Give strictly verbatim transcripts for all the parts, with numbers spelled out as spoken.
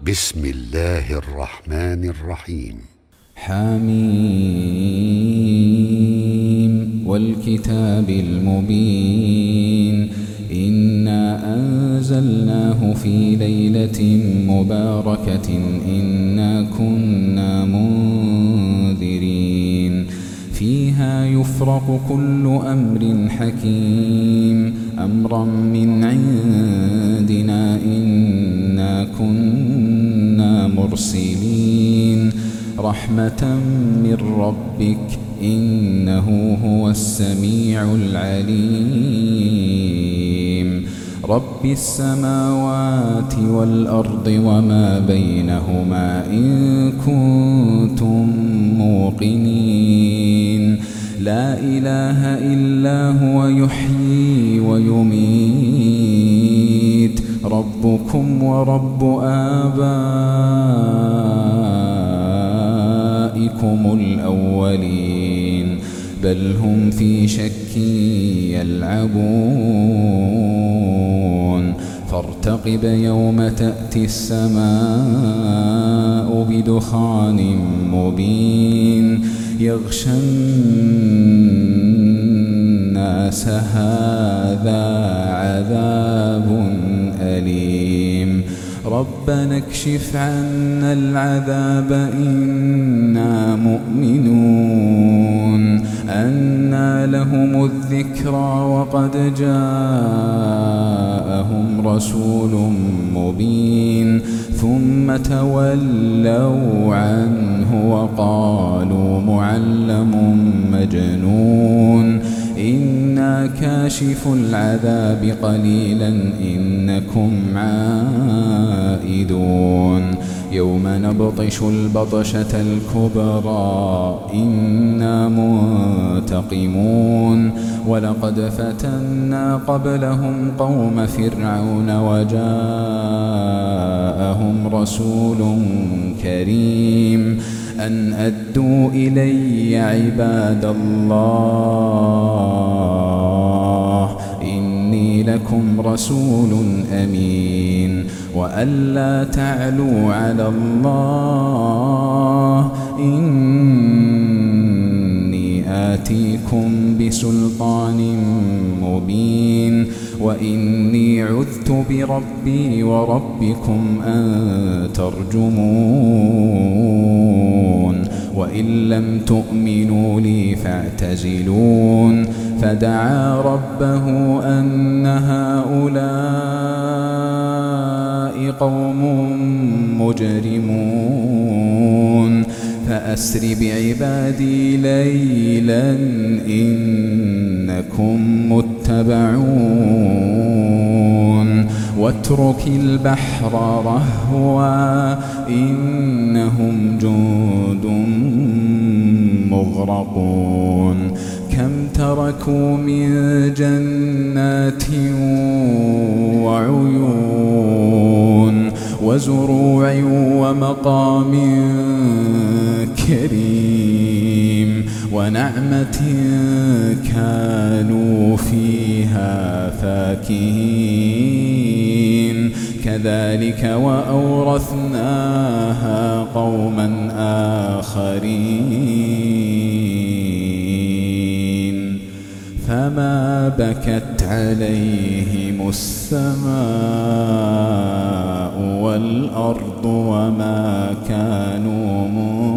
بسم الله الرحمن الرحيم. حميم والكتاب المبين إنا أنزلناه في ليلة مباركة إنا كنا منذرين فيها يفرق كل أمر حكيم أمرا من عندنا إنا كنا مرسلين رحمة من ربك إنه هو السميع العليم رب السماوات والأرض وما بينهما إن كنتم موقنين لا إله إلا هو يحيي ويميت ربكم ورب آبائكم الأولين بل هم في شك يلعبون فارتقب يوم تأتي السماء بدخان مبين يغشى الناس هذا عذاب أليم ربنا اكشف عنا العذاب إنا مؤمنون أنى لهم الذكرى وقد جاءهم رسول مبين ثم تولوا عنه وقالوا معلم مجنون إنا كاشف العذاب قليلا إنكم عائدون يوم نبطش البطشة الكبرى إنا منتقمون ولقد فتنا قبلهم قوم فرعون وجاءهم رسول كريم أن أدوا إلي عباد الله إني لكم رسول أمين وألا تعلوا على الله إني آتيكم بسلطان مبين وإني عذت بربي وربكم أن ترجمون وإن لم تؤمنوا لي فاعتزلون فدعا ربه أن هؤلاء قوم مجرمون فأسر بعبادي ليلا إنكم متبعون واترك البحر رهوا إنهم جند مغرقون كم تركوا من جنات وعيون وزروع ومقام كريم ونعمة كانوا فيها فاكهين كذلك وأورثناها قوما آخرين فما بكت عليهم السماء والأرض وما كانوا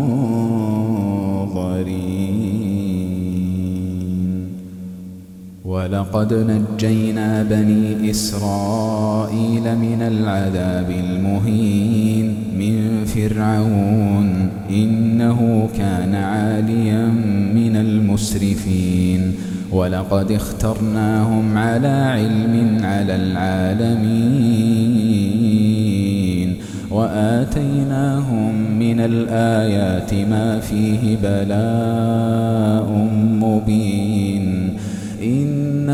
منظرين ولقد نجينا بني إسرائيل من العذاب المهين من فرعون إنه كان عاليا من المسرفين ولقد اخترناهم على علم على العالمين وآتيناهم من الآيات ما فيه بلاء مبين إن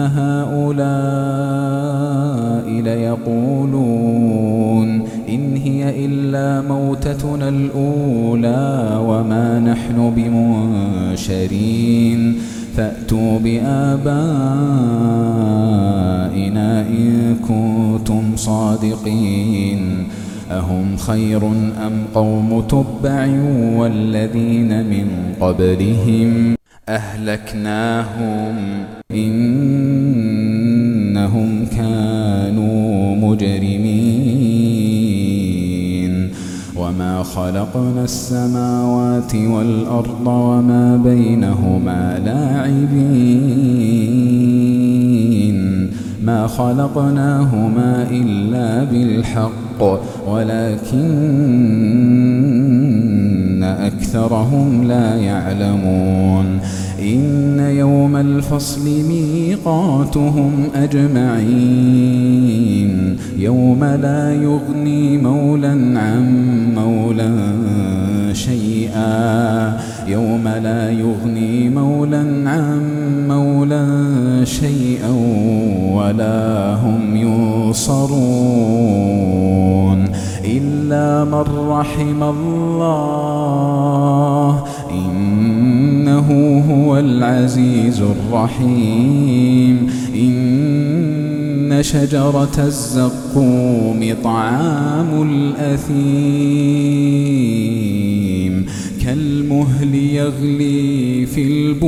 هؤلاء ليقولون إن هي إلا موتتنا الأولى وما نحن بمنشرين فأتوا بآبائنا إن كنتم صادقين أهم خير أم قوم تبع والذين من قبلهم أهلكناهم إنهم كانوا مجرمين وما خلقنا السماوات والأرض وما بينهما لاعبين ما خلقناهما إلا بالحق ولكن أكثرهم لا يعلمون إن يوم الفصل ميقاتهم أجمعين يوم لا يغني مولى عن مولى شيئا يوم لا يغني مولى عن مولى شيئا ولا هم ينصرون إلا من رحم الله إنه هو العزيز الرحيم إن شجرة الزقوم طعام الأثيم كالمهل يغلي في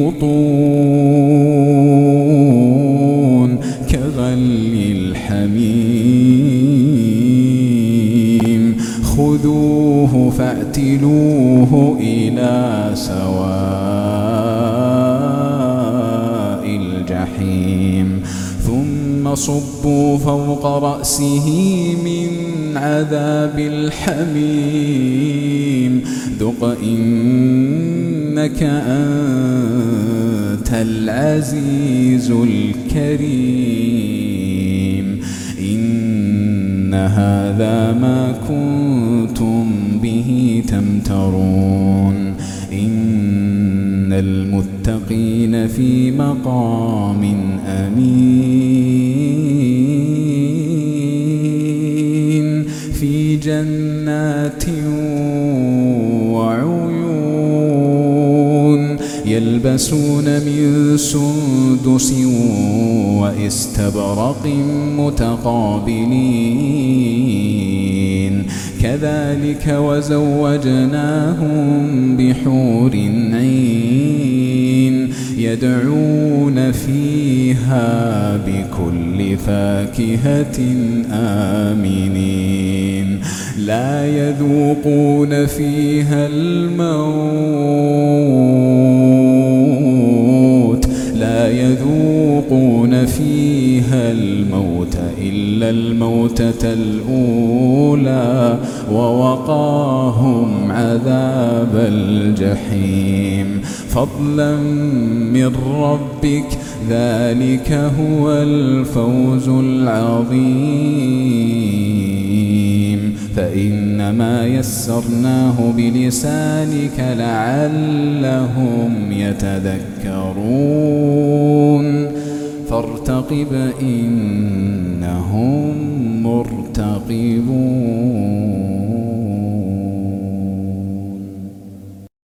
البطون كغلي الحميم خذوه فاعتلوه إلى سواء الجحيم ثم صبوا فوق رأسه من عذاب الحميم ذق إنك أنت العزيز الكريم إن هذا ما كنتم به تمترون إن المتقين في مقام أمين في جنات وعيون يلبسون من سندس واستبرق متقابلين كذلك وزوجناهم بحور عين يدعون فيها بكل فاكهة آمنين لا يذوقون فيها الموت لا يذوقون فيها الموت إلا الموتة الأولى ووقاهم عذاب الجحيم فضلا من ربك ذلك هو الفوز العظيم فإنما يسرناه بلسانك لعلهم يتذكرون فارتقب إنهم مرتقبون.